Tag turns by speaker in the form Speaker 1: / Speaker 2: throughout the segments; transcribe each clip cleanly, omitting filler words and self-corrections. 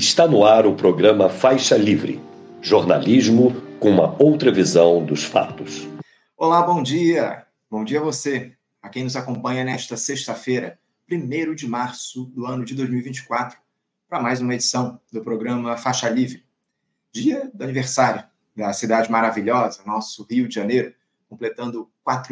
Speaker 1: Está no ar o programa Faixa Livre, jornalismo com uma outra visão dos fatos.
Speaker 2: Olá, bom dia! Bom dia a você, a quem nos acompanha nesta sexta-feira, 1º de março do ano de 2024, para mais uma edição do programa Faixa Livre. Dia do aniversário da cidade maravilhosa, nosso Rio de Janeiro, completando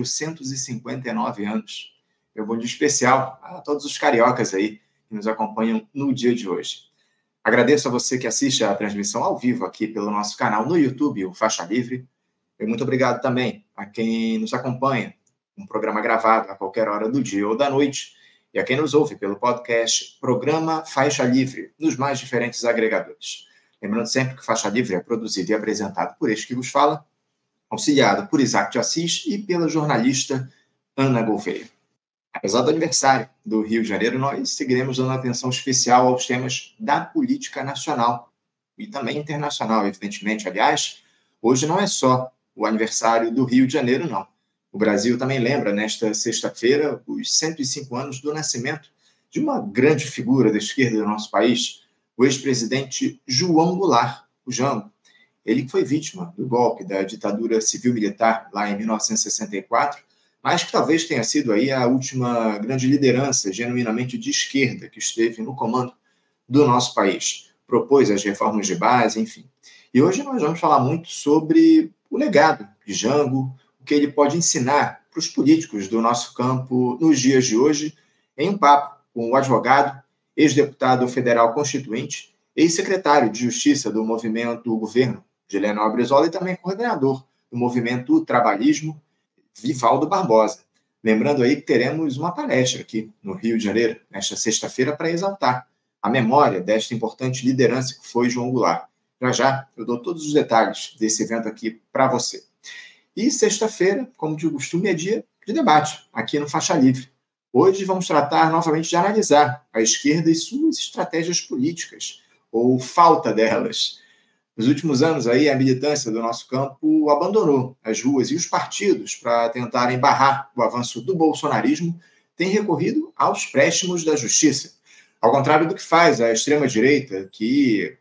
Speaker 2: 459 anos. Meu bom dia especial a todos os cariocas aí que nos acompanham no dia de hoje. Agradeço a você que assiste a transmissão ao vivo aqui pelo nosso canal no YouTube, o Faixa Livre. E muito obrigado também a quem nos acompanha, um programa gravado a qualquer hora do dia ou da noite, e a quem nos ouve pelo podcast Programa Faixa Livre, nos mais diferentes agregadores. Lembrando sempre que Faixa Livre é produzido e apresentado por este que vos fala, auxiliado por Isaac de Assis e pela jornalista Ana Gouveia. Apesar do aniversário do Rio de Janeiro, nós seguiremos dando atenção especial aos temas da política nacional e também internacional, evidentemente. Aliás, hoje não é só o aniversário do Rio de Janeiro, não. O Brasil também lembra, nesta sexta-feira, os 105 anos do nascimento de uma grande figura da esquerda do nosso país, o ex-presidente João Goulart, o Jango. Ele que foi vítima do golpe da ditadura civil-militar lá em 1964, mas que talvez tenha sido aí a última grande liderança genuinamente de esquerda que esteve no comando do nosso país. Propôs as reformas de base, enfim. E hoje nós vamos falar muito sobre o legado de Jango, o que ele pode ensinar para os políticos do nosso campo nos dias de hoje, em um papo com o advogado, ex-deputado federal constituinte, ex-secretário de Justiça do movimento Governo de Leonel Brizola e também coordenador do movimento Trabalhismo, Vivaldo Barbosa. Lembrando aí que teremos uma palestra aqui no Rio de Janeiro, nesta sexta-feira, para exaltar a memória desta importante liderança que foi João Goulart. Já eu dou todos os detalhes desse evento aqui para você. E sexta-feira, como de costume, é dia de debate aqui no Faixa Livre. Hoje vamos tratar novamente de analisar a esquerda e suas estratégias políticas, ou falta delas. Nos últimos anos, aí, a militância do nosso campo abandonou as ruas e os partidos para tentarem barrar o avanço do bolsonarismo, tem recorrido aos préstimos da justiça. Ao contrário do que faz a extrema-direita, que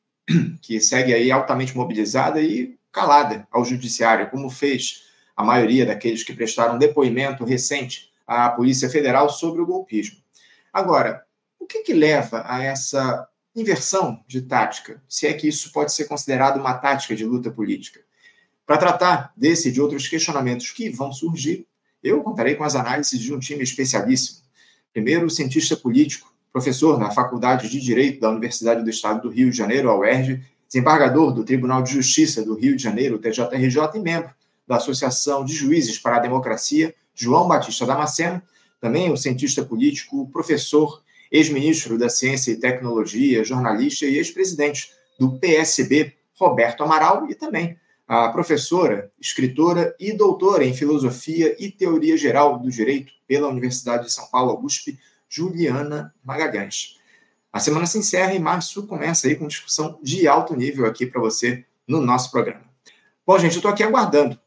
Speaker 2: segue aí altamente mobilizada e calada ao judiciário, como fez a maioria daqueles que prestaram depoimento recente à Polícia Federal sobre o golpismo. Agora, o que leva a essa inversão de tática, se é que isso pode ser considerado uma tática de luta política? Para tratar desse e de outros questionamentos que vão surgir, eu contarei com as análises de um time especialíssimo. Primeiro, o cientista político, professor na Faculdade de Direito da Universidade do Estado do Rio de Janeiro, a UERJ, desembargador do Tribunal de Justiça do Rio de Janeiro, o TJRJ, e membro da Associação de Juízes para a Democracia, João Batista Damasceno, também o cientista político, professor, ex-ministro da Ciência e Tecnologia, jornalista e ex-presidente do PSB, Roberto Amaral, e também a professora, escritora e doutora em Filosofia e Teoria Geral do Direito pela Universidade de São Paulo, USP, Juliana Magalhães. A semana se encerra e março começa aí com discussão de alto nível aqui para você no nosso programa. Bom, gente, eu estou aqui aguardando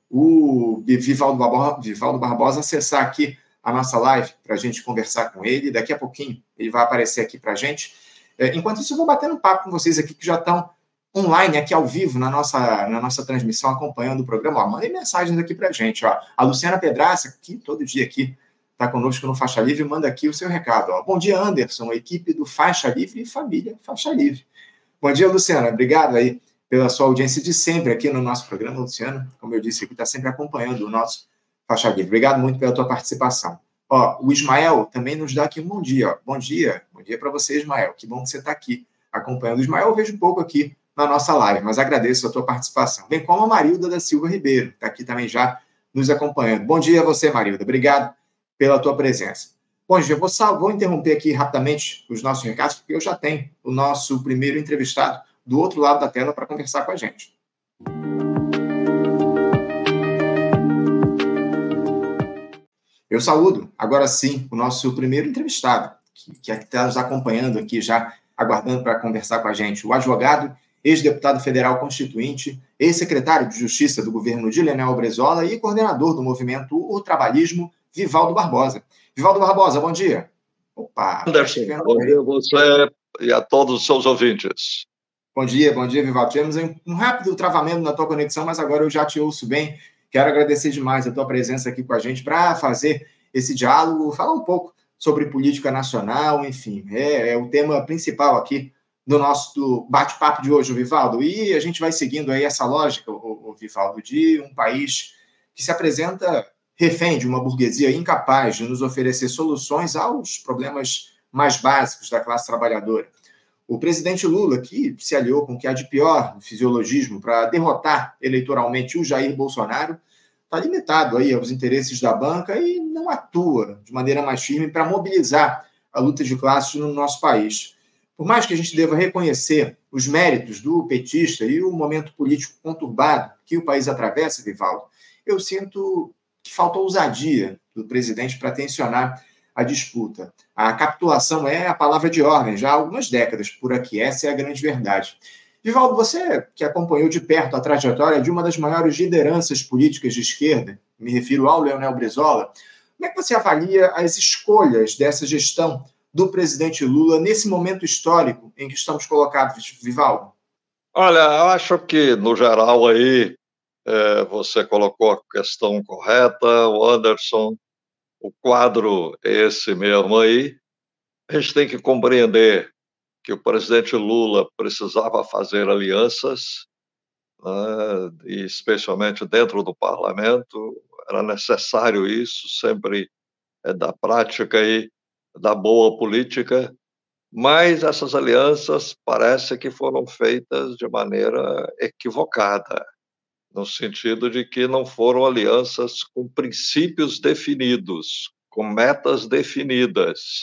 Speaker 2: o Vivaldo Barbosa acessar aqui a nossa live para a gente conversar com ele. Daqui a pouquinho ele vai aparecer aqui para a gente. Enquanto isso, eu vou batendo papo com vocês aqui que já estão online, aqui ao vivo, na nossa transmissão, acompanhando o programa. Mandem mensagens aqui para a gente. A Luciana Pedraça, que todo dia aqui está conosco no Faixa Livre, manda aqui o seu recado. Bom dia, Anderson, equipe do Faixa Livre e família Faixa Livre. Bom dia, Luciana. Obrigado aí pela sua audiência de sempre aqui no nosso programa. Luciana, como eu disse aqui, está sempre acompanhando o nosso Faixa Livre. Obrigado muito pela tua participação. O Ismael também nos dá aqui um bom dia. Bom dia para você, Ismael. Que bom que você está aqui acompanhando. O Ismael eu vejo pouco aqui na nossa live, mas agradeço a tua participação. Bem como a Marilda da Silva Ribeiro, está aqui também já nos acompanhando. Bom dia a você, Marilda. Obrigado pela tua presença. Bom, gente, eu vou interromper aqui rapidamente os nossos recados, porque eu já tenho o nosso primeiro entrevistado do outro lado da tela para conversar com a gente. Eu saúdo, agora sim, o nosso primeiro entrevistado, que está nos acompanhando aqui já, aguardando para conversar com a gente, o advogado, ex-deputado federal constituinte, ex-secretário de Justiça do governo de Leonel Brizola e coordenador do movimento O Trabalhismo, Vivaldo Barbosa. Vivaldo Barbosa, bom dia.
Speaker 3: Opa, Anderson, bom dia a você. e a todos os seus ouvintes.
Speaker 2: Bom dia, Vivaldo. Tivemos um rápido travamento na tua conexão, mas agora eu já te ouço bem. Quero agradecer demais a tua presença aqui com a gente para fazer esse diálogo, falar um pouco sobre política nacional, enfim, é o tema principal aqui do nosso bate-papo de hoje, Vivaldo. E a gente vai seguindo aí essa lógica, Vivaldo, de um país que se apresenta refém de uma burguesia incapaz de nos oferecer soluções aos problemas mais básicos da classe trabalhadora. O presidente Lula, que se aliou com o que há de pior no fisiologismo para derrotar eleitoralmente o Jair Bolsonaro, está limitado aí aos interesses da banca e não atua de maneira mais firme para mobilizar a luta de classes no nosso país. Por mais que a gente deva reconhecer os méritos do petista e o momento político conturbado que o país atravessa, Vivaldo, eu sinto que falta ousadia do presidente para tensionar a disputa. A capitulação é a palavra de ordem já há algumas décadas por aqui, essa é a grande verdade. Vivaldo, você que acompanhou de perto a trajetória de uma das maiores lideranças políticas de esquerda, me refiro ao Leonel Brizola, como é que você avalia as escolhas dessa gestão do presidente Lula nesse momento histórico em que estamos colocados, Vivaldo?
Speaker 3: Olha, eu acho que, no geral, aí você colocou a questão correta, o Anderson, o quadro é esse mesmo aí. A gente tem que compreender que o presidente Lula precisava fazer alianças, né, e especialmente dentro do parlamento, era necessário isso, sempre da prática aí, da boa política, mas essas alianças parece que foram feitas de maneira equivocada, no sentido de que não foram alianças com princípios definidos, com metas definidas.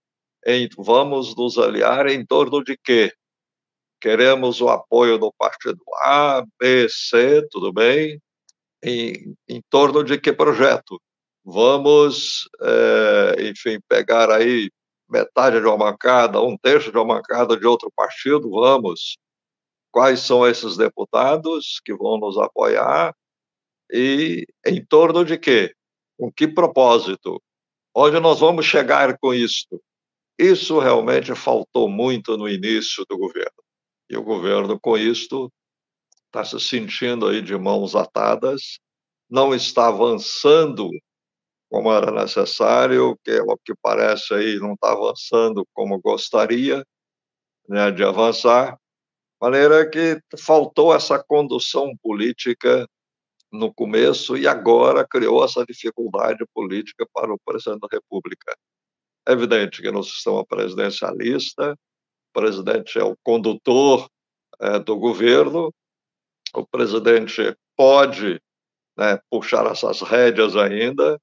Speaker 3: Vamos nos aliar em torno de quê? Queremos o apoio do partido A, B, C, tudo bem? Em torno de que projeto? Vamos, enfim, pegar aí metade de uma bancada, um terço de uma bancada de outro partido? Vamos. Quais são esses deputados que vão nos apoiar? E em torno de quê? Com que propósito? Onde nós vamos chegar com isto? Isso realmente faltou muito no início do governo. E o governo, com isto, está se sentindo aí de mãos atadas, não está avançando como era necessário, que o que parece aí não está avançando como gostaria, né, de avançar, de maneira que faltou essa condução política no começo e agora criou essa dificuldade política para o presidente da República. É evidente que no sistema presidencialista, o presidente é o condutor do governo, o presidente pode, né, puxar essas rédeas ainda,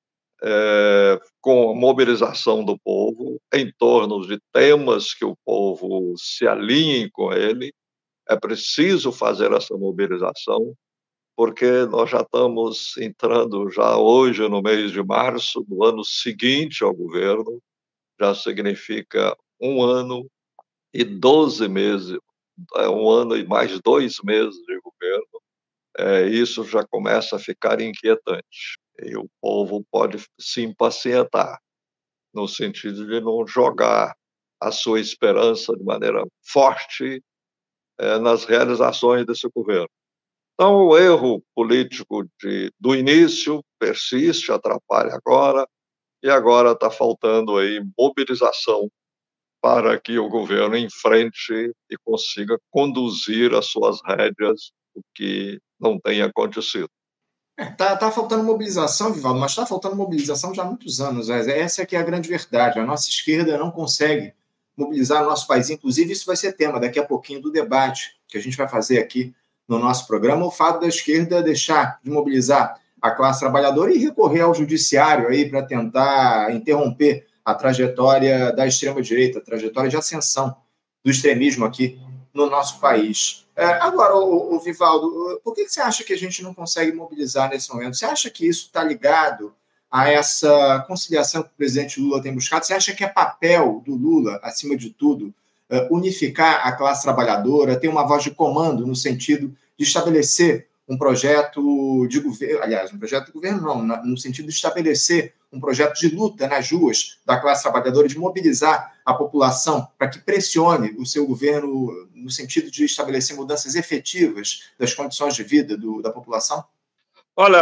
Speaker 3: com a mobilização do povo em torno de temas que o povo se alinhe com ele. É preciso fazer essa mobilização, porque nós já estamos entrando já hoje no mês de março do ano seguinte ao governo, já significa 1 ano e 12 meses, 1 ano e mais 2 meses de governo. Isso já começa a ficar inquietante. E o povo pode se impacientar, no sentido de não jogar a sua esperança de maneira forte nas realizações desse governo. Então, o erro político do início persiste, atrapalha agora, e agora está faltando aí mobilização para que o governo enfrente e consiga conduzir as suas rédeas, o que não tem acontecido.
Speaker 2: Tá faltando mobilização, Vivaldo, mas está faltando mobilização já há muitos anos. Essa é que é a grande verdade. A nossa esquerda não consegue mobilizar o nosso país. Inclusive, isso vai ser tema daqui a pouquinho do debate que a gente vai fazer aqui no nosso programa, o fato da esquerda deixar de mobilizar a classe trabalhadora e recorrer ao judiciário aí para tentar interromper a trajetória da extrema-direita, a trajetória de ascensão do extremismo aqui no nosso país. Agora, o Vivaldo, por que você acha que a gente não consegue mobilizar nesse momento? Você acha que isso está ligado a essa conciliação que o presidente Lula tem buscado? Você acha que é papel do Lula, acima de tudo, unificar a classe trabalhadora, ter uma voz de comando no sentido de estabelecer um projeto de governo, aliás, um projeto de governo não, no sentido de estabelecer um projeto de luta nas ruas da classe trabalhadora, de mobilizar a população para que pressione o seu governo no sentido de estabelecer mudanças efetivas das condições de vida da população?
Speaker 3: Olha,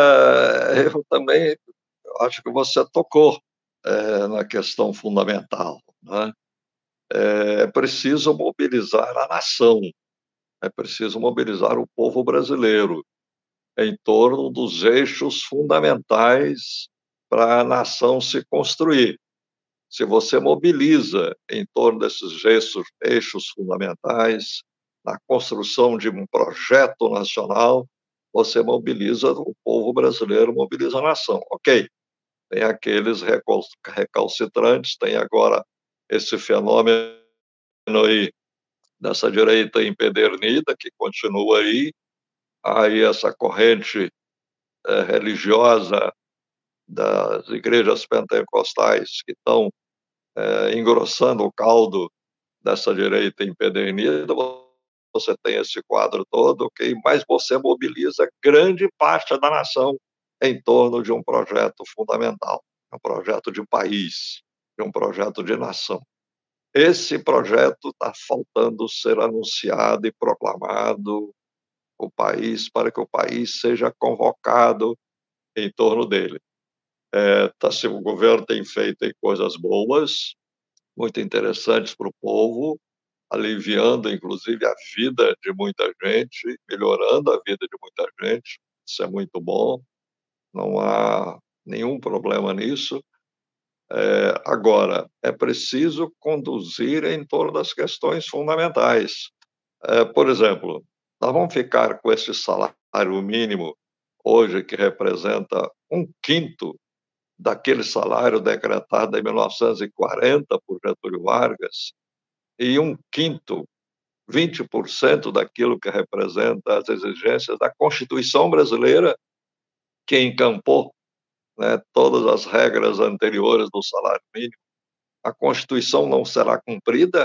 Speaker 3: eu também acho que você tocou na questão fundamental, né? É preciso mobilizar a nação, é preciso mobilizar o povo brasileiro em torno dos eixos fundamentais para a nação se construir. Se você mobiliza em torno desses eixos fundamentais, na construção de um projeto nacional, você mobiliza o povo brasileiro, mobiliza a nação. Ok, tem aqueles recalcitrantes, tem agora esse fenômeno aí dessa direita empedernida que continua aí essa corrente religiosa das igrejas pentecostais que estão engrossando o caldo dessa direita empedernida. Você tem esse quadro todo, ok? Mas você mobiliza grande parte da nação em torno de um projeto fundamental, um projeto de país, de um projeto de nação. Esse projeto está faltando ser anunciado e proclamado para que o país seja convocado em torno dele. O governo tem feito aí coisas boas, muito interessantes para o povo, aliviando, inclusive, a vida de muita gente, melhorando a vida de muita gente. Isso é muito bom, não há nenhum problema nisso. Agora, é preciso conduzir em torno das questões fundamentais. Por exemplo, nós vamos ficar com esse salário mínimo hoje, que representa um quinto daquele salário decretado em 1940 por Getúlio Vargas, e um quinto, 20% daquilo que representa as exigências da Constituição brasileira, que encampou, né, todas as regras anteriores do salário mínimo. A Constituição não será cumprida,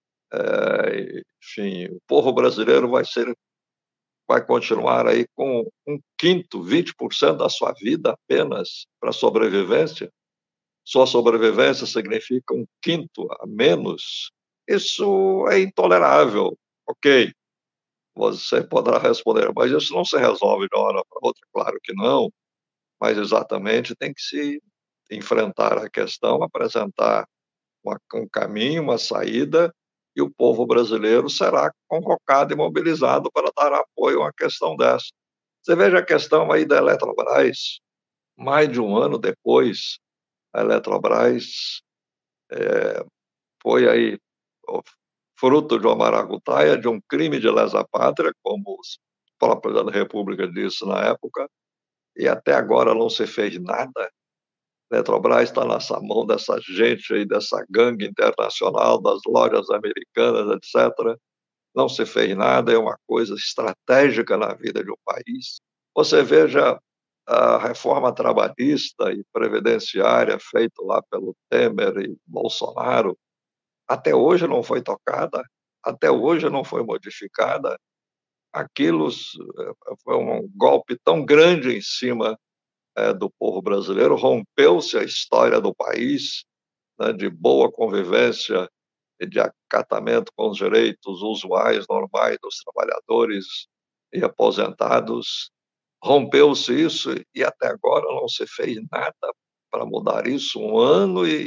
Speaker 3: enfim, o povo brasileiro vai continuar aí com um quinto, 20% da sua vida apenas para sobrevivência. Sua sobrevivência significa um quinto a menos. Isso é intolerável. Ok, você poderá responder, mas isso não se resolve de uma hora para outra. Claro que não, mas exatamente tem que se enfrentar a questão, apresentar um caminho, uma saída, e o povo brasileiro será convocado e mobilizado para dar apoio a uma questão dessa. Você veja a questão aí da Eletrobras. Mais de um ano depois, a Eletrobras foi aí fruto de uma maracutaia, de um crime de lesa pátria, como os próprios da República disse na época, e até agora não se fez nada. A Eletrobras está nessa mão dessa gente aí, dessa gangue internacional, das lojas americanas, etc. Não se fez nada, é uma coisa estratégica na vida de um país. Você veja a reforma trabalhista e previdenciária feita lá pelo Temer e Bolsonaro, até hoje não foi tocada, até hoje não foi modificada. Aquilo foi um golpe tão grande em cima do povo brasileiro, rompeu-se a história do país, né, de boa convivência e de acatamento com os direitos usuais, normais dos trabalhadores e aposentados. Rompeu-se isso e até agora não se fez nada para mudar isso. Um ano e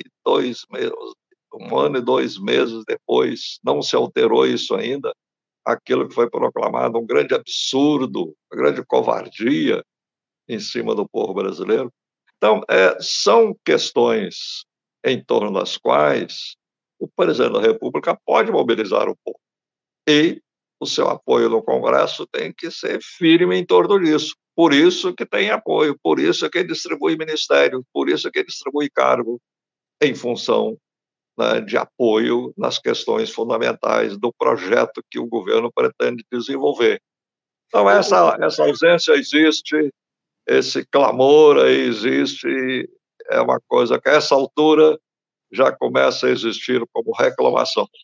Speaker 3: 2 meses depois, não se alterou isso ainda. Aquilo que foi proclamado um grande absurdo, uma grande covardia em cima do povo brasileiro. Então, são questões em torno das quais o presidente da República pode mobilizar o povo. E o seu apoio no Congresso tem que ser firme em torno disso. Por isso que tem apoio, por isso que distribui ministério, por isso que distribui cargo, em função, né, de apoio nas questões fundamentais do projeto que o governo pretende desenvolver. Então, essa ausência existe, esse clamor aí existe, é uma coisa que a essa altura já começa a existir como reclamação.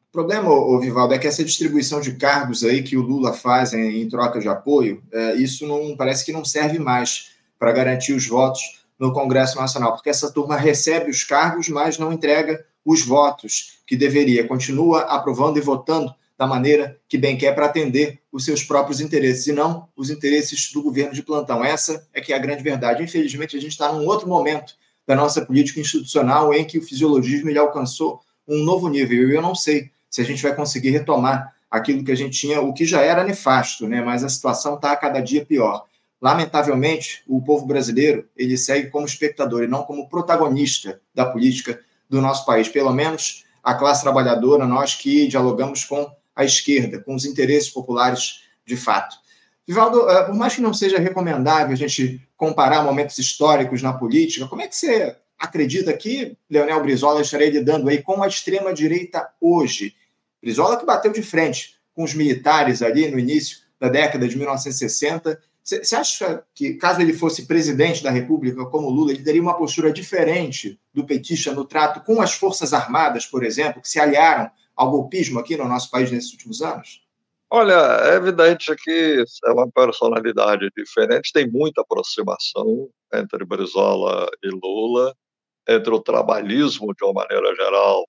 Speaker 2: O problema, Vivaldo, é que essa distribuição de cargos aí que o Lula faz em troca de apoio, isso não parece que não serve mais para garantir os votos no Congresso Nacional, porque essa turma recebe os cargos, mas não entrega os votos que deveria. Continua aprovando e votando da maneira que bem quer para atender os seus próprios interesses e não os interesses do governo de plantão. Essa é que é a grande verdade. Infelizmente, a gente está num outro momento da nossa política institucional em que o fisiologismo ele alcançou um novo nível. E eu não sei se a gente vai conseguir retomar aquilo que a gente tinha, o que já era nefasto, né? Mas a situação está a cada dia pior. Lamentavelmente, o povo brasileiro ele segue como espectador e não como protagonista da política do nosso país. Pelo menos a classe trabalhadora, nós que dialogamos com a esquerda, com os interesses populares de fato. Vivaldo, por mais que não seja recomendável a gente comparar momentos históricos na política, como é que você acredita que Leonel Brizola estaria lidando aí com a extrema-direita hoje? Brizola que bateu de frente com os militares ali no início da década de 1960. Você acha que, caso ele fosse presidente da República, como Lula, ele teria uma postura diferente do petista no trato com as Forças Armadas, por exemplo, que se aliaram ao golpismo aqui no nosso país nesses últimos anos?
Speaker 3: Olha, é evidente que é uma personalidade diferente, tem muita aproximação entre Brizola e Lula, entre o trabalhismo, de uma maneira geral,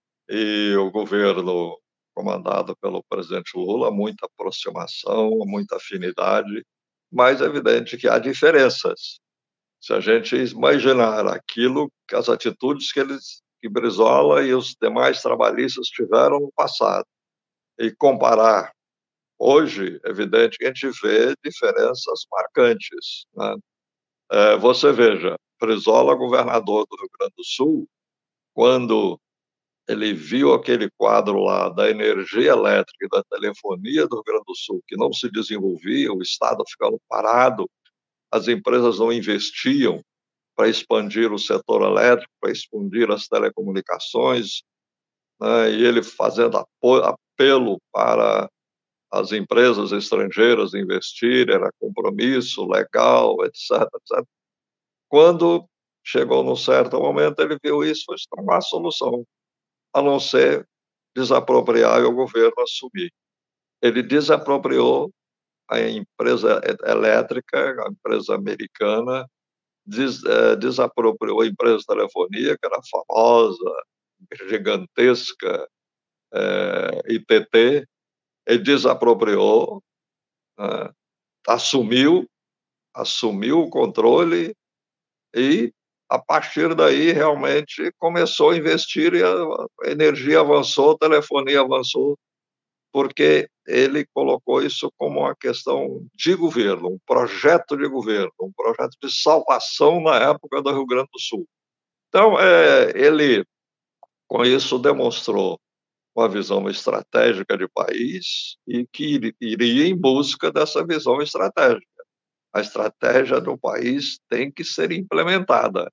Speaker 3: e o governo comandado pelo presidente Lula, muita aproximação, muita afinidade, mas é evidente que há diferenças. Se a gente imaginar aquilo, as atitudes que Brizola e os demais trabalhistas tiveram no passado, e comparar hoje, é evidente que a gente vê diferenças marcantes, né? Você veja, Brizola, governador do Rio Grande do Sul, quando ele viu aquele quadro lá da energia elétrica e da telefonia do Rio Grande do Sul, que não se desenvolvia, o Estado ficando parado, as empresas não investiam para expandir o setor elétrico, para expandir as telecomunicações, né? E ele fazendo apelo para as empresas estrangeiras investirem, era compromisso legal, etc, etc. Quando chegou num certo momento, ele viu isso, foi não há solução, a não ser desapropriar e o governo assumir. Ele desapropriou a empresa elétrica, a empresa americana, desapropriou a empresa de telefonia, que era famosa, gigantesca, ITT, ele desapropriou, né, assumiu o controle e, a partir daí, realmente começou a investir e a energia avançou, a telefonia avançou, porque ele colocou isso como uma questão de governo, um projeto de governo, um projeto de salvação na época do Rio Grande do Sul. Então, ele, com isso, demonstrou uma visão estratégica de país e que iria em busca dessa visão estratégica. A estratégia do país tem que ser implementada.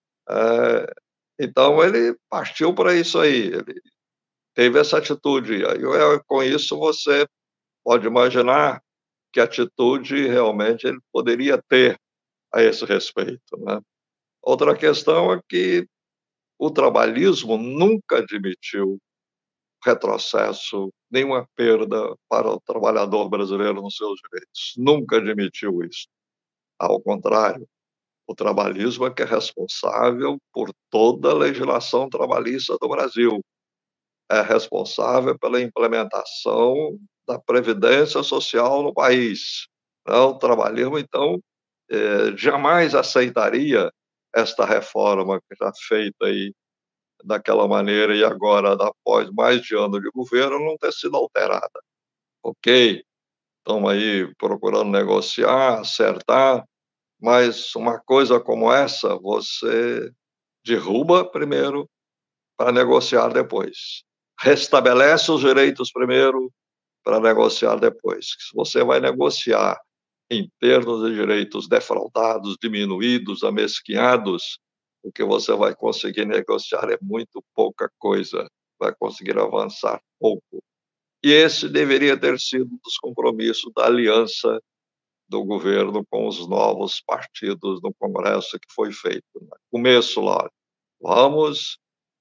Speaker 3: Então, ele partiu para isso aí, ele teve essa atitude. Aí, com isso, você pode imaginar que atitude realmente ele poderia ter a esse respeito, né? Outra questão é que o trabalhismo nunca admitiu retrocesso, nenhuma perda para o trabalhador brasileiro nos seus direitos. Nunca admitiu isso. Ao contrário, o trabalhismo é que é responsável por toda a legislação trabalhista do Brasil. É responsável pela implementação da previdência social no país. O trabalhismo, então, jamais aceitaria esta reforma que já feita aí daquela maneira e agora, após mais de ano de governo, não ter sido alterada. Ok, estamos aí procurando negociar, acertar, mas uma coisa como essa, você derruba primeiro para negociar depois. Restabelece os direitos primeiro para negociar depois. Se você vai negociar em termos de direitos defraudados, diminuídos, amesquinhados, o que você vai conseguir negociar é muito pouca coisa, vai conseguir avançar pouco. E esse deveria ter sido um dos compromissos da aliança do governo com os novos partidos no Congresso que foi feito. No começo lá, vamos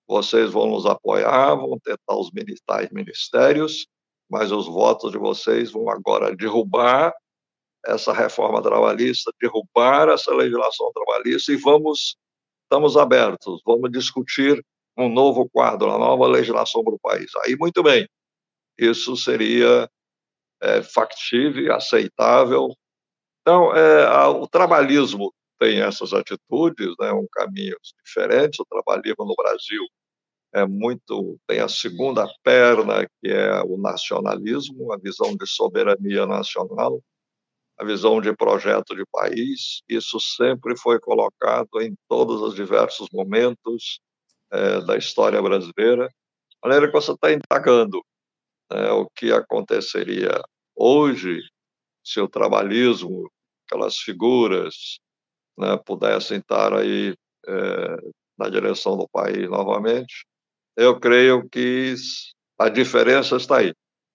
Speaker 3: vocês vão nos apoiar, vão tentar os tais ministérios, mas os votos de vocês vão agora derrubar essa reforma trabalhista, derrubar essa legislação trabalhista e estamos abertos, vamos discutir um novo quadro, uma nova legislação para o país. Aí, muito bem, isso seria factível, aceitável. Então, o trabalhismo tem essas atitudes, né, um caminho diferente. O trabalhismo no Brasil tem a segunda perna, que é o nacionalismo, a visão de soberania nacional, a visão de projeto de país. Isso sempre foi colocado em todos os diversos momentos da história brasileira. De maneira que você está indagando o que aconteceria hoje se o trabalhismo, aquelas figuras, né, pudessem estar aí na direção do país novamente. Eu creio que a diferença está aí.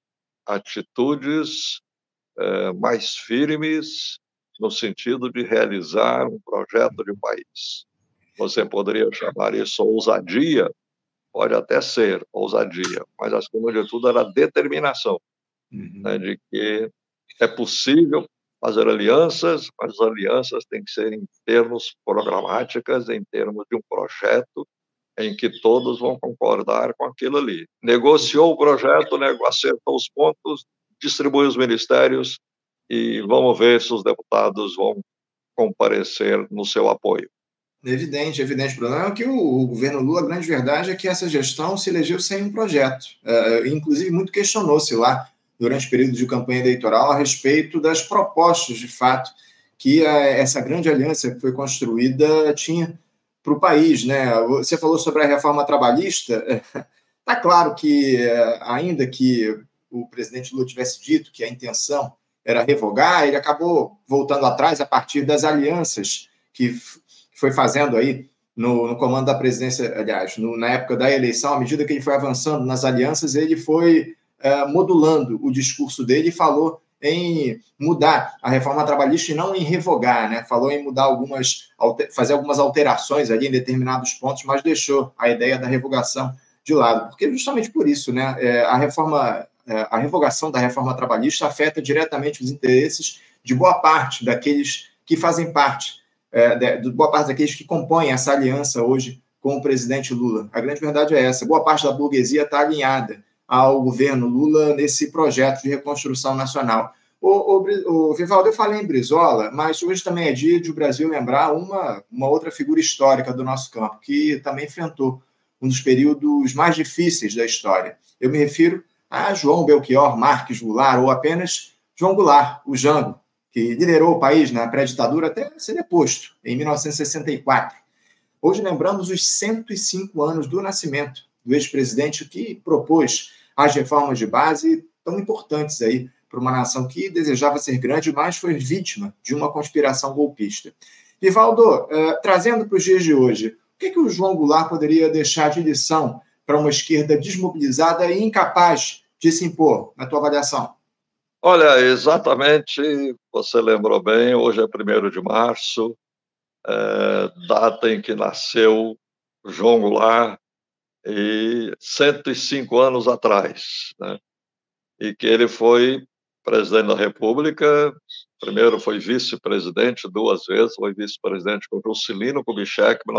Speaker 3: Atitudes mais firmes no sentido de realizar um projeto de país. Você poderia chamar isso ousadia, pode até ser ousadia, mas acima de tudo era determinação, né, de que é possível fazer alianças, mas as alianças têm que ser em termos programáticas, em termos de um projeto em que todos vão concordar com aquilo ali. Negociou o projeto, acertou os pontos, distribuiu os ministérios e vamos ver se os deputados vão comparecer no seu apoio.
Speaker 2: Evidente, evidente. O problema é que o governo Lula, a grande verdade é que essa gestão se elegeu sem um projeto. Inclusive, muito questionou-se lá, durante o período de campanha eleitoral, a respeito das propostas, de fato, que essa grande aliança que foi construída tinha para o país, né? Você falou sobre a reforma trabalhista. Está claro que, ainda que o presidente Lula tivesse dito que a intenção era revogar, ele acabou voltando atrás a partir das alianças que foi fazendo aí no comando da presidência, aliás, na época da eleição. À medida que ele foi avançando nas alianças, ele foi modulando o discurso dele e falou em mudar a reforma trabalhista e não em revogar, né? Falou em mudar fazer algumas alterações ali em determinados pontos, mas deixou a ideia da revogação de lado, porque justamente por isso, né, a revogação da reforma trabalhista afeta diretamente os interesses de boa parte daqueles que fazem parte, de boa parte daqueles que compõem essa aliança hoje com o presidente Lula. A grande verdade é essa: boa parte da burguesia está alinhada ao governo Lula nesse projeto de reconstrução nacional. O Vivaldo, eu falei em Brizola, mas hoje também é dia de o Brasil lembrar uma outra figura histórica do nosso campo, que também enfrentou um dos períodos mais difíceis da história. Eu me refiro a João Belchior Marques Goulart, ou apenas João Goulart, o Jango, que liderou o país na pré-ditadura até ser deposto, em 1964. Hoje lembramos os 105 anos do nascimento do ex-presidente, que propôs as reformas de base tão importantes aí para uma nação que desejava ser grande, mas foi vítima de uma conspiração golpista. Vivaldo, trazendo para os dias de hoje, o que o João Goulart poderia deixar de lição para uma esquerda desmobilizada e incapaz de se impor, na tua avaliação?
Speaker 3: Olha, exatamente, você lembrou bem, hoje é 1º de março, data em que nasceu João Goulart, e 105 anos atrás, né? E que ele foi presidente da República, primeiro foi vice-presidente 2 vezes, foi vice-presidente com Juscelino Kubitschek, em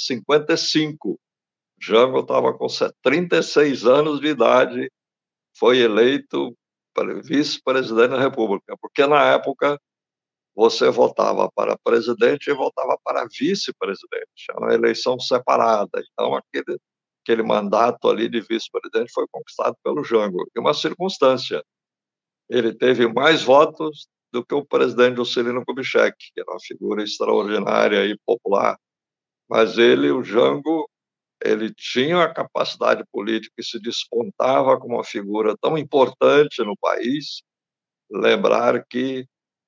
Speaker 3: 1955. Jango estava com 36 anos de idade, foi eleito vice-presidente da República, porque na época você votava para presidente e votava para vice-presidente, era uma eleição separada. Então, aquele mandato ali de vice-presidente foi conquistado pelo Jango. E uma circunstância: ele teve mais votos do que o presidente Juscelino Kubitschek, que era uma figura extraordinária e popular. Mas o Jango, ele tinha a capacidade política e se despontava como uma figura tão importante no país. Lembrar que,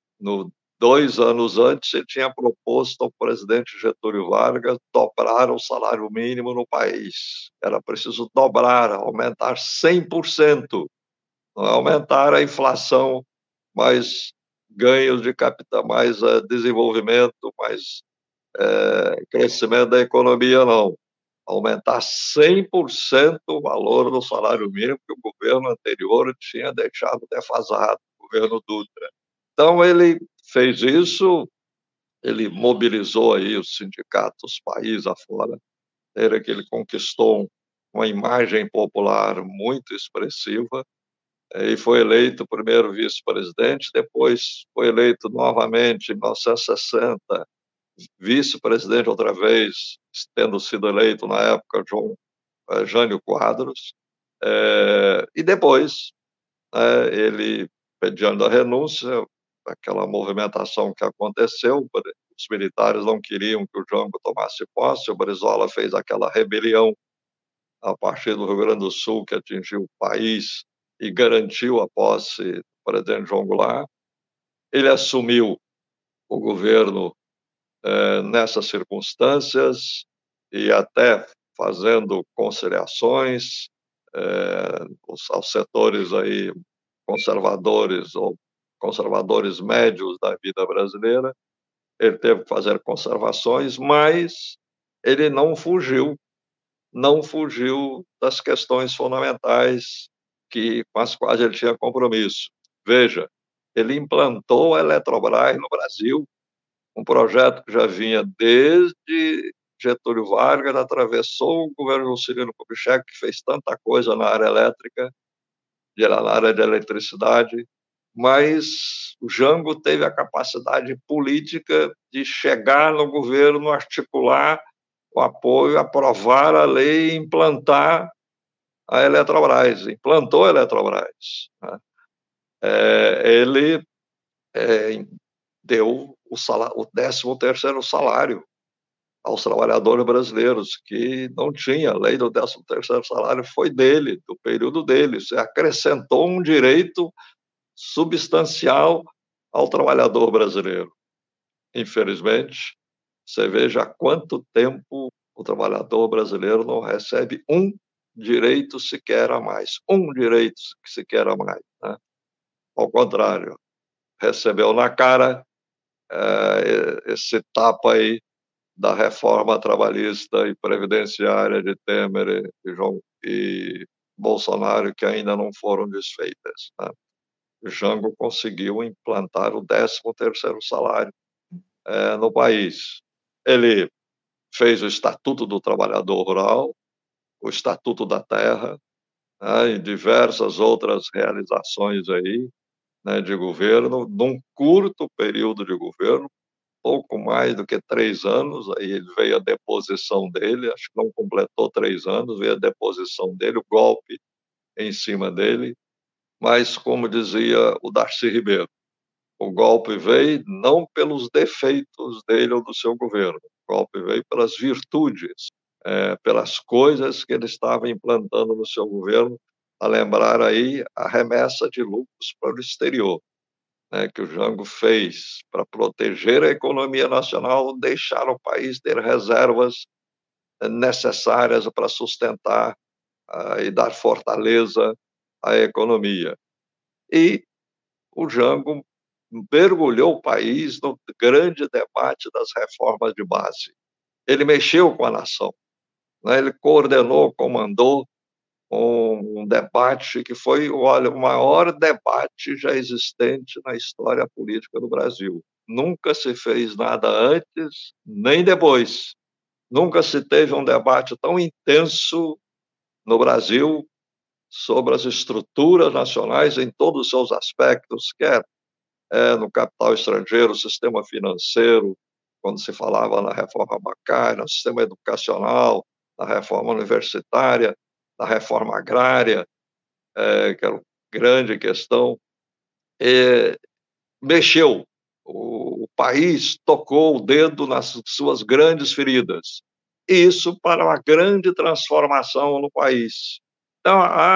Speaker 3: 2 anos antes, ele tinha proposto ao presidente Getúlio Vargas dobrar o salário mínimo no país. Era preciso dobrar, aumentar 100%. Não é aumentar a inflação, mais ganhos de capital, mais desenvolvimento, mais crescimento da economia, não. aumentar 100% o valor do salário mínimo que o governo anterior tinha deixado defasado, o governo Dutra. Então, ele fez isso, ele mobilizou aí os sindicatos país afora, que ele conquistou uma imagem popular muito expressiva, e foi eleito primeiro vice-presidente, depois foi eleito novamente em 1960, vice-presidente outra vez, tendo sido eleito na época Jânio Quadros, e depois ele pedindo a renúncia, aquela movimentação que aconteceu, os militares não queriam que o Jango tomasse posse, o Brizola fez aquela rebelião a partir do Rio Grande do Sul, que atingiu o país e garantiu a posse do presidente João Goulart. Ele assumiu o governo nessas circunstâncias e até fazendo conciliações aos setores aí conservadores ou conservadores médios da vida brasileira. Ele teve que fazer conservações, mas ele não fugiu das questões fundamentais com as quais ele tinha compromisso. Veja, ele implantou a Eletrobras no Brasil, um projeto que já vinha desde Getúlio Vargas, atravessou o governo Juscelino Kubitschek, que fez tanta coisa na área elétrica, na área de eletricidade, mas o Jango teve a capacidade política de chegar no governo, articular o apoio, aprovar a lei e implantar a Eletrobras, implantou a Eletrobras. Né? Ele deu o 13º salário aos trabalhadores brasileiros, que não tinha. A lei do 13º salário foi dele, do período dele. Isso acrescentou um direito substancial ao trabalhador brasileiro. Infelizmente, você veja há quanto tempo o trabalhador brasileiro não recebe um direito sequer a mais. Um direito sequer a mais. Né? Ao contrário, recebeu na cara esse tapa aí da reforma trabalhista e previdenciária de Temer e Bolsonaro, que ainda não foram desfeitas. Né? Jango conseguiu implantar o 13º salário no país. Ele fez o Estatuto do Trabalhador Rural, o Estatuto da Terra, né, e diversas outras realizações aí, né, de governo, num curto período de governo, pouco mais do que 3 anos, aí veio a deposição dele, acho que não completou 3 anos, veio a deposição dele, o golpe em cima dele, mas, como dizia o Darcy Ribeiro, o golpe veio não pelos defeitos dele ou do seu governo, o golpe veio pelas virtudes, pelas coisas que ele estava implantando no seu governo, a lembrar aí a remessa de lucros para o exterior, né, que o Jango fez para proteger a economia nacional, deixar o país ter reservas necessárias para sustentar e dar fortaleza à economia. E o Jango mergulhou o país no grande debate das reformas de base. Ele mexeu com a nação, né? Ele coordenou, comandou um debate que foi, olha, o maior debate já existente na história política do Brasil. Nunca se fez nada antes, nem depois. Nunca se teve um debate tão intenso no Brasil sobre as estruturas nacionais em todos os seus aspectos, quer no capital estrangeiro, sistema financeiro, quando se falava na reforma bancária, no sistema educacional, na reforma universitária, na reforma agrária, que era uma grande questão, mexeu. O país tocou o dedo nas suas grandes feridas. Isso para uma grande transformação no país. Então,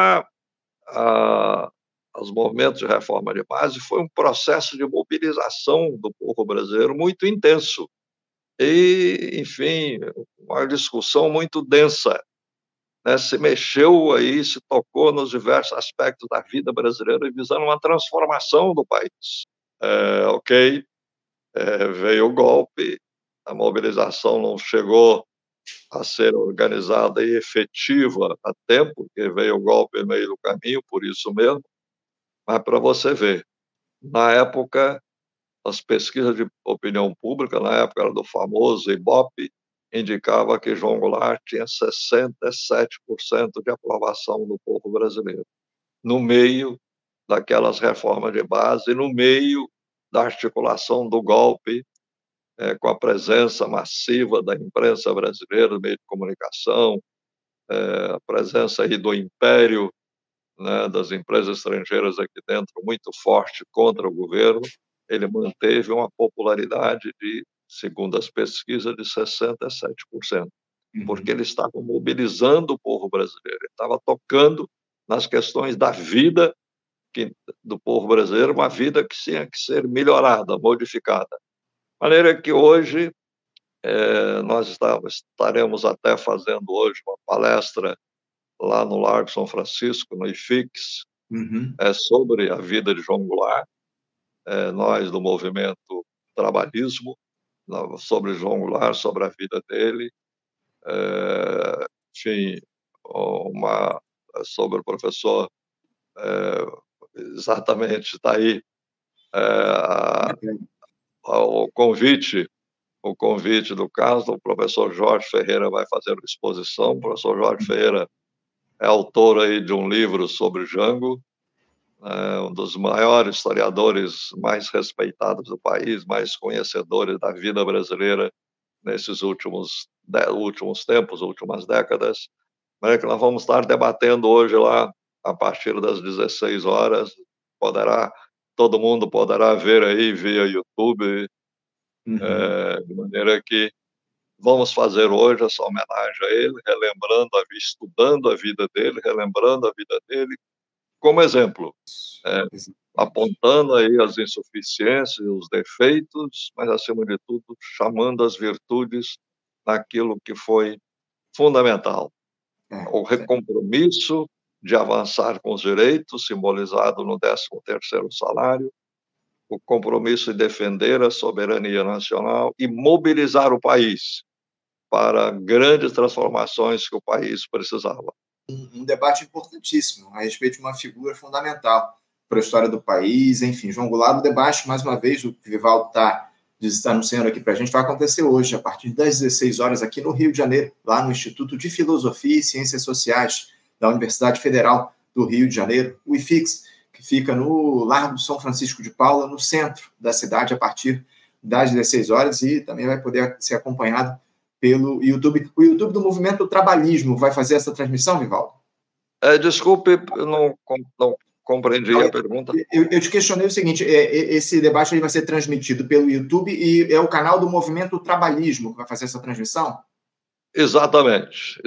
Speaker 3: os movimentos de reforma de base foi um processo de mobilização do povo brasileiro muito intenso. E, enfim, uma discussão muito densa, né? Se mexeu aí, se tocou nos diversos aspectos da vida brasileira, visando uma transformação do país. Ok, veio o golpe, a mobilização não chegou a ser organizada e efetiva a tempo, porque veio o golpe no meio do caminho, por isso mesmo, mas para você ver, na época, as pesquisas de opinião pública, na época era do famoso Ibope, indicava que João Goulart tinha 67% de aprovação do povo brasileiro, no meio daquelas reformas de base, no meio da articulação do golpe, com a presença massiva da imprensa brasileira, do meio de comunicação, a presença aí do império, né, das empresas estrangeiras aqui dentro muito forte contra o governo, ele manteve uma popularidade de, segundo as pesquisas, de 67%, porque ele estava mobilizando o povo brasileiro, ele estava tocando nas questões da vida do povo brasileiro, uma vida que tinha que ser melhorada, modificada. De maneira que hoje nós estaremos até fazendo hoje uma palestra lá no Largo São Francisco, no IFIX, sobre a vida de João Goulart, nós do movimento trabalhismo, sobre João Goulart, sobre a vida dele, enfim, sobre o professor, exatamente, está aí o convite do caso, o professor Jorge Ferreira vai fazer uma exposição. O professor Jorge Ferreira é autor aí de um livro sobre Jango, um dos maiores historiadores mais respeitados do país, mais conhecedores da vida brasileira nesses últimos tempos, últimas décadas. Mas que nós vamos estar debatendo hoje lá, a partir das 16 horas. Todo mundo poderá ver aí via YouTube, de maneira que vamos fazer hoje essa homenagem a ele, estudando a vida dele, relembrando a vida dele, como exemplo, apontando aí as insuficiências, os defeitos, mas, acima de tudo, chamando as virtudes naquilo que foi fundamental. O recompromisso de avançar com os direitos, simbolizado no 13º salário, o compromisso de defender a soberania nacional e mobilizar o país para grandes transformações que o país precisava.
Speaker 2: Um debate importantíssimo a respeito de uma figura fundamental para a história do país. Enfim, João Goulart, o debate, mais uma vez, o que o Vivaldo está anunciando aqui para a gente, vai acontecer hoje, a partir das 16 horas, aqui no Rio de Janeiro, lá no Instituto de Filosofia e Ciências Sociais da Universidade Federal do Rio de Janeiro, o IFIX, que fica no Largo São Francisco de Paula, no centro da cidade, a partir das 16 horas, e também vai poder ser acompanhado pelo YouTube. O YouTube do Movimento Trabalhismo vai fazer essa transmissão, Vivaldo?
Speaker 3: Desculpe, eu não compreendi a pergunta.
Speaker 2: Eu te questionei o seguinte, esse debate vai ser transmitido pelo YouTube e é o canal do Movimento Trabalhismo que vai fazer essa transmissão?
Speaker 3: Exatamente.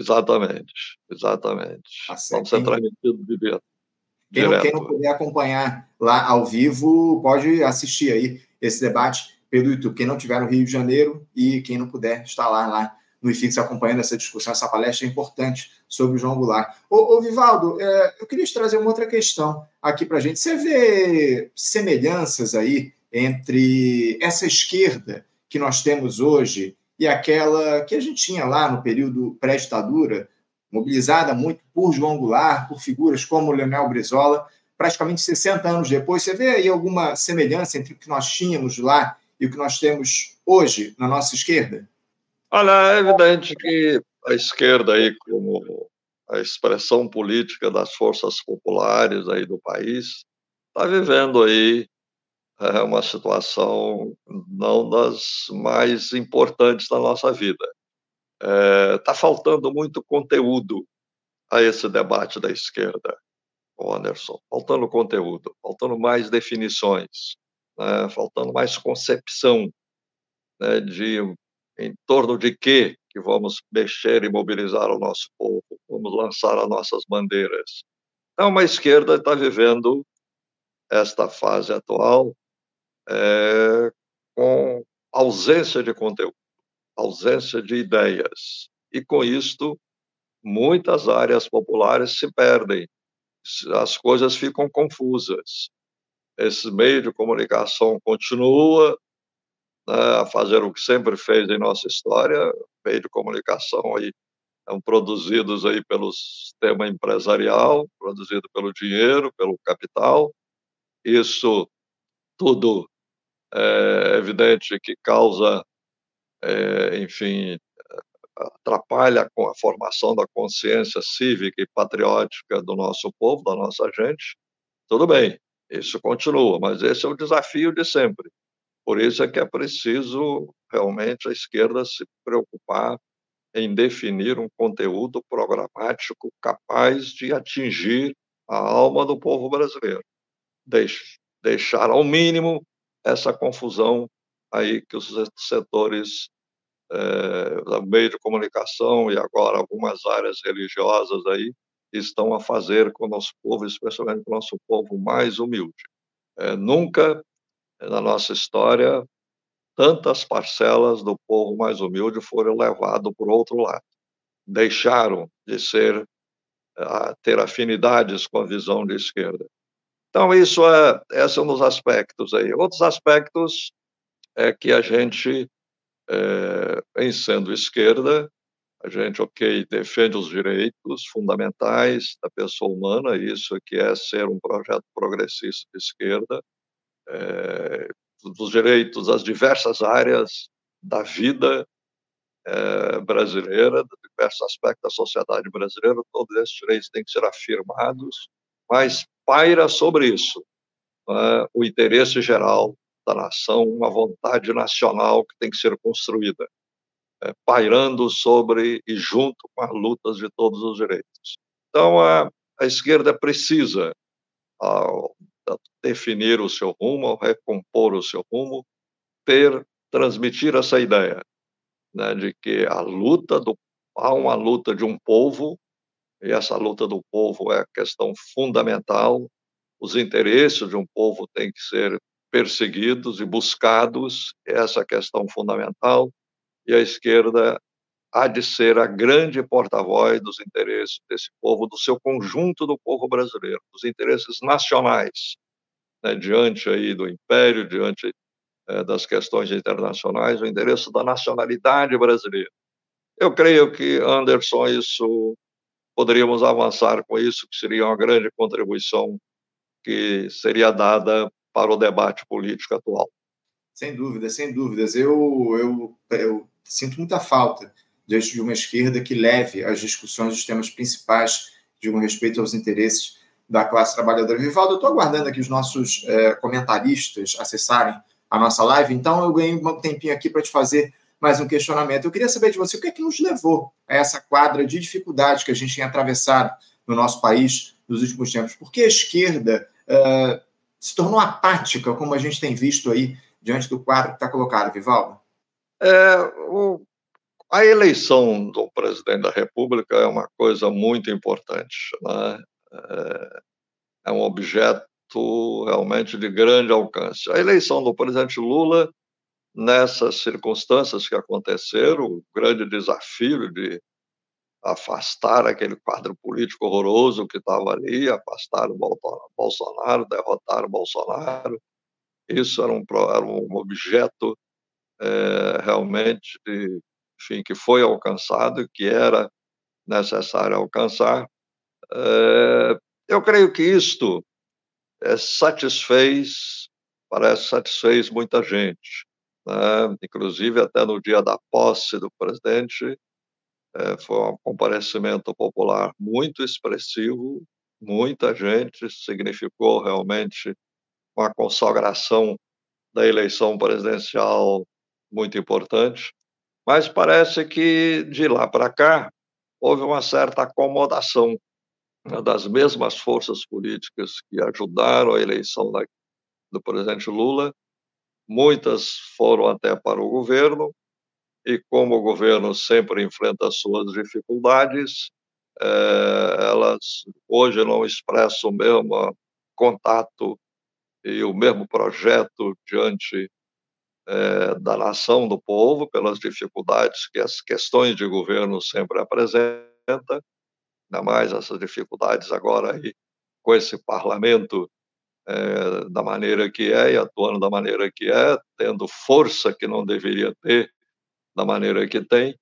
Speaker 3: Vamos ser transmitido direto.
Speaker 2: Quem não puder acompanhar lá ao vivo, pode assistir aí esse debate pelo YouTube. Quem não estiver no Rio de Janeiro e quem não puder estar lá no IFIX acompanhando essa discussão, essa palestra importante sobre o João Goulart. Ô Vivaldo, eu queria te trazer uma outra questão aqui para a gente. Você vê semelhanças aí entre essa esquerda que nós temos hoje e aquela que a gente tinha lá no período pré-ditadura, mobilizada muito por João Goulart, por figuras como Leonel Brizola, praticamente 60 anos depois? Você vê aí alguma semelhança entre o que nós tínhamos lá e o que nós temos hoje na nossa esquerda?
Speaker 3: Olha, é evidente que a esquerda, aí, como a expressão política das forças populares aí do país, está vivendo aí uma situação não das mais importantes da nossa vida. Está faltando muito conteúdo a esse debate da esquerda, Anderson. Faltando conteúdo, faltando mais definições, né? Faltando mais concepção, né, em torno de que vamos mexer e mobilizar o nosso povo, vamos lançar as nossas bandeiras. Então, a esquerda está vivendo esta fase atual com ausência de conteúdo, ausência de ideias. E, com isto, muitas áreas populares se perdem, as coisas ficam confusas. Esse meio de comunicação continua, né, a fazer o que sempre fez em nossa história, meios de comunicação aí são produzidos aí pelo sistema empresarial, produzido pelo dinheiro, pelo capital. Isso tudo é evidente que causa, enfim, atrapalha com a formação da consciência cívica e patriótica do nosso povo, da nossa gente. Tudo bem, isso continua, mas esse é o desafio de sempre. Por isso é que é preciso realmente a esquerda se preocupar em definir um conteúdo programático capaz de atingir a alma do povo brasileiro. Deixar ao mínimo essa confusão aí que os setores do meio de comunicação e agora algumas áreas religiosas aí estão a fazer com o nosso povo, especialmente com o nosso povo mais humilde. Nunca na nossa história tantas parcelas do povo mais humilde foram levadas para o outro lado. Deixaram de ter afinidades com a visão de esquerda. Então, esse é um dos aspectos aí. Outros aspectos é que a gente, em sendo esquerda, a gente, defende os direitos fundamentais da pessoa humana, isso que é ser um projeto progressista de esquerda, dos direitos das diversas áreas da vida brasileira, de diversos aspectos da sociedade brasileira, todos esses direitos têm que ser afirmados, mas paira sobre isso, né, o interesse geral da nação, uma vontade nacional que tem que ser construída, pairando sobre e junto com as lutas de todos os direitos. Então, a esquerda precisa, ao definir o seu rumo, ao recompor o seu rumo, transmitir essa ideia, né, de que há uma luta de um povo, e essa luta do povo é a questão fundamental, os interesses de um povo têm que ser perseguidos e buscados, essa é a questão fundamental, e a esquerda há de ser a grande porta-voz dos interesses desse povo, do seu conjunto do povo brasileiro, dos interesses nacionais, né, diante aí do império, diante das questões internacionais, o interesse da nacionalidade brasileira. Eu creio que, Anderson, poderíamos avançar com isso, que seria uma grande contribuição que seria dada para o debate político atual.
Speaker 2: Sem dúvidas, sem dúvidas. Eu sinto muita falta de uma esquerda que leve as discussões dos temas principais que digam respeito aos interesses da classe trabalhadora. Vivaldo, eu estou aguardando aqui os nossos comentaristas acessarem a nossa live, então eu ganhei um tempinho aqui para te fazer mais um questionamento. Eu queria saber de você o que é que nos levou a essa quadra de dificuldades que a gente tem atravessado no nosso país nos últimos tempos. Por que a esquerda se tornou apática, como a gente tem visto aí diante do quadro que está colocado, Vivaldo?
Speaker 3: A eleição do presidente da República é uma coisa muito importante, né? É um objeto realmente de grande alcance. A eleição do presidente Lula, nessas circunstâncias que aconteceram, o grande desafio de afastar aquele quadro político horroroso que estava ali, afastar o Bolsonaro, derrotar o Bolsonaro, isso era um objeto realmente, enfim, que foi alcançado e que era necessário alcançar. Eu creio que isto satisfez muita gente, né? Inclusive até no dia da posse do presidente, foi um comparecimento popular muito expressivo, muita gente, significou realmente uma consagração da eleição presidencial muito importante, mas parece que de lá para cá houve uma certa acomodação, né, das mesmas forças políticas que ajudaram a eleição do presidente Lula, muitas foram até para o governo, e como o governo sempre enfrenta as suas dificuldades, elas hoje não expressam o mesmo contato e o mesmo projeto diante da nação, do povo, pelas dificuldades que as questões de governo sempre apresentam, ainda mais essas dificuldades agora aí com esse parlamento da maneira que é e atuando da maneira que é, tendo força que não deveria ter da maneira que tem.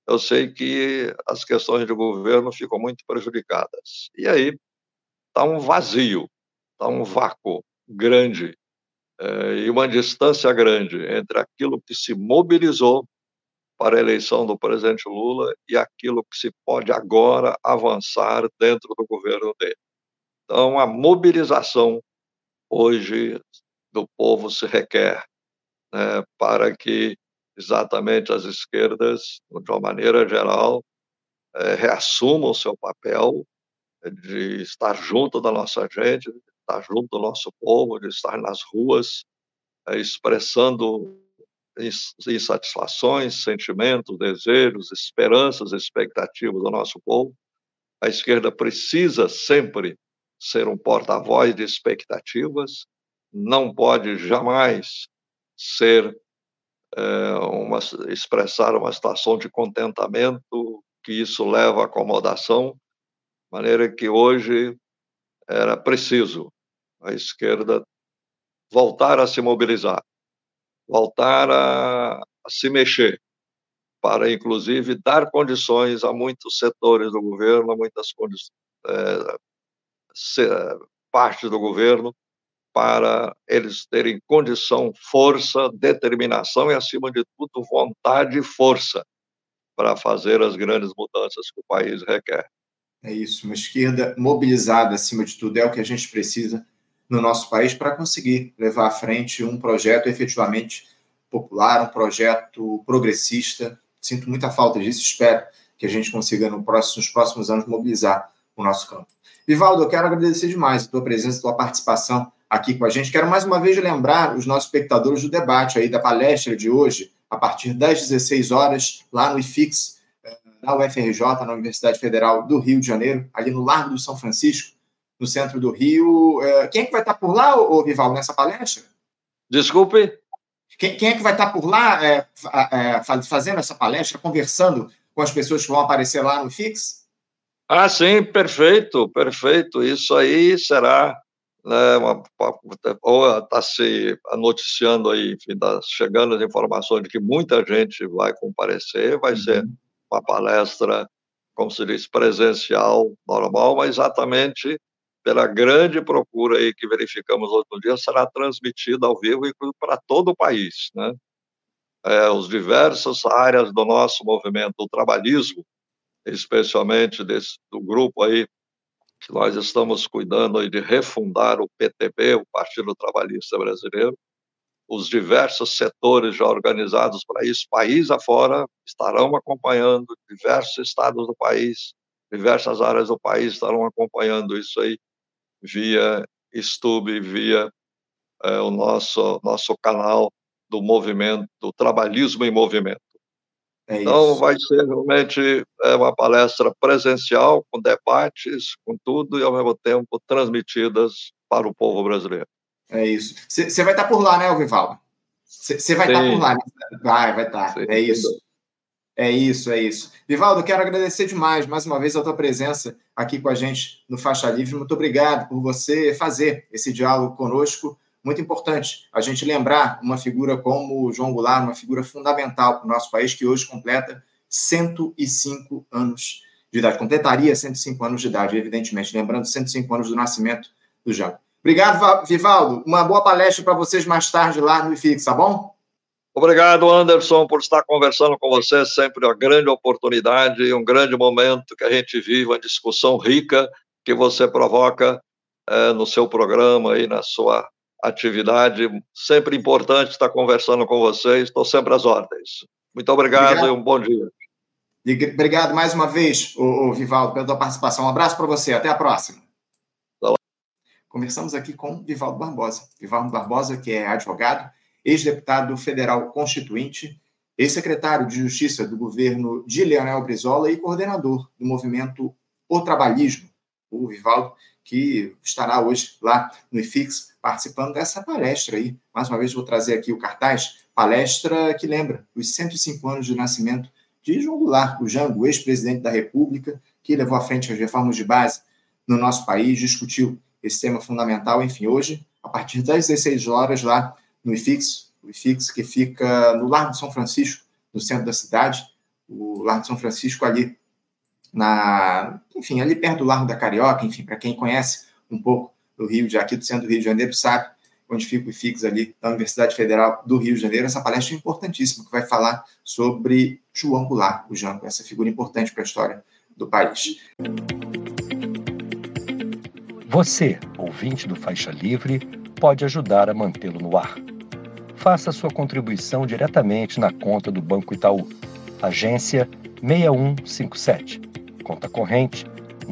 Speaker 3: eu sei que as questões de governo ficam muito prejudicadas. E aí está um vazio, está um vácuo grande, e uma distância grande entre aquilo que se mobilizou para a eleição do presidente Lula e aquilo que se pode agora avançar dentro do governo dele. Então, a mobilização hoje do povo se requer, né, para que exatamente as esquerdas, de uma maneira geral, reassumam o seu papel de estar junto da nossa gente, de estar junto do nosso povo, de estar nas ruas, expressando insatisfações, sentimentos, desejos, esperanças, expectativas do nosso povo. A esquerda precisa sempre ser um porta-voz de expectativas, não pode jamais ser expressar uma situação de contentamento, que isso leva à acomodação, de maneira que hoje era preciso a esquerda voltar a se mobilizar, voltar a se mexer, para, inclusive, dar condições a muitos setores do governo, a muitas partes do governo, para eles terem condição, força, determinação e, acima de tudo, vontade e força para fazer as grandes mudanças que o país requer.
Speaker 2: É isso, uma esquerda mobilizada, acima de tudo, é o que a gente precisa no nosso país para conseguir levar à frente um projeto efetivamente popular, um projeto progressista. Sinto muita falta disso, espero que a gente consiga, nos próximos anos, mobilizar o nosso campo. Vivaldo, eu quero agradecer demais a tua presença, a tua participação aqui com a gente. Quero mais uma vez lembrar os nossos espectadores do debate aí, da palestra de hoje, a partir das 16 horas, lá no IFIX, na UFRJ, na Universidade Federal do Rio de Janeiro, ali no Largo do São Francisco, no centro do Rio. Quem é que vai estar por lá, Vivaldo, nessa palestra?
Speaker 3: Desculpe?
Speaker 2: Quem é que vai estar por lá fazendo essa palestra, conversando com as pessoas que vão aparecer lá no IFIX?
Speaker 3: Ah, sim, perfeito, perfeito. Isso aí será, né, ou está se noticiando aí, enfim, tá chegando as informações de que muita gente vai comparecer, vai ser uma palestra, como se diz, presencial, normal, mas exatamente pela grande procura aí que verificamos outro dia, será transmitida ao vivo e para todo o país, né? Os diversas áreas do nosso movimento, do trabalhismo, especialmente do grupo aí, que nós estamos cuidando aí de refundar o PTB, o Partido Trabalhista Brasileiro. Os diversos setores já organizados para isso, país afora, estarão acompanhando, diversos estados do país, diversas áreas do país estarão acompanhando isso aí, via YouTube, via o nosso canal do movimento, do Trabalhismo em Movimento. Então, vai ser realmente uma palestra presencial, com debates, com tudo, e, ao mesmo tempo, transmitidas para o povo brasileiro.
Speaker 2: É isso. Você vai estar por lá, né, Vivaldo? Você vai estar por lá, né? Vai estar. Sim, é isso. É isso, é isso. Vivaldo, eu quero agradecer demais, mais uma vez, a tua presença aqui com a gente no Faixa Livre. Muito obrigado por você fazer esse diálogo conosco. Muito importante a gente lembrar uma figura como o João Goulart, uma figura fundamental para o nosso país, que hoje completa 105 anos de idade. Completaria 105 anos de idade, evidentemente, lembrando 105 anos do nascimento do Jango. Obrigado, Vivaldo. Uma boa palestra para vocês mais tarde lá no IFIX, tá bom?
Speaker 3: Obrigado, Anderson, por estar conversando com você. Sempre uma grande oportunidade e um grande momento que a gente vive, uma discussão rica que você provoca no seu programa e na sua atividade. Sempre importante estar conversando com vocês. Estou sempre às ordens. Muito obrigado e um bom dia.
Speaker 2: Obrigado mais uma vez, Vivaldo, pela tua participação. Um abraço para você. Até a próxima. Conversamos aqui com Vivaldo Barbosa. Vivaldo Barbosa, que é advogado, ex-deputado federal constituinte, ex-secretário de Justiça do governo de Leonel Brizola e coordenador do movimento O Trabalhismo. O Vivaldo, que estará hoje lá no IFIX participando dessa palestra aí. Mais uma vez vou trazer aqui o cartaz, palestra que lembra os 105 anos de nascimento de João Goulart, o Jango, ex-presidente da República, que levou à frente as reformas de base no nosso país, discutiu esse tema fundamental. Enfim, hoje, a partir das 16 horas, lá no IFIX, o IFIX que fica no Largo de São Francisco, no centro da cidade, o Largo de São Francisco ali ali perto do Largo da Carioca, enfim, para quem conhece um pouco do aqui do centro do Rio de Janeiro, sabe onde fica o IFIX ali da Universidade Federal do Rio de Janeiro. Essa palestra é importantíssima, que vai falar sobre João Goulart, o Jango, essa figura importante para a história do país.
Speaker 1: Você, ouvinte do Faixa Livre, pode ajudar a mantê-lo no ar. Faça sua contribuição diretamente na conta do Banco Itaú, agência 6157, conta corrente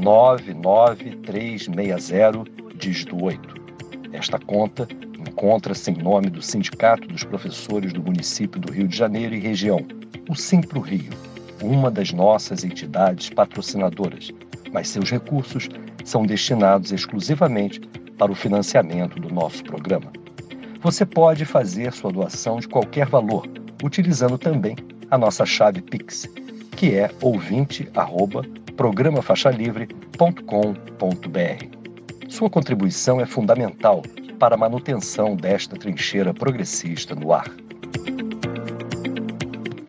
Speaker 1: 99360, dígito 8. Esta conta encontra-se em nome do Sindicato dos Professores do Município do Rio de Janeiro e Região, o Simpro Rio, uma das nossas entidades patrocinadoras, mas seus recursos são destinados exclusivamente para o financiamento do nosso programa. Você pode fazer sua doação de qualquer valor, utilizando também a nossa chave Pix, que é ouvinte@programafaixalivre.com.br. Sua contribuição é fundamental para a manutenção desta trincheira progressista no ar.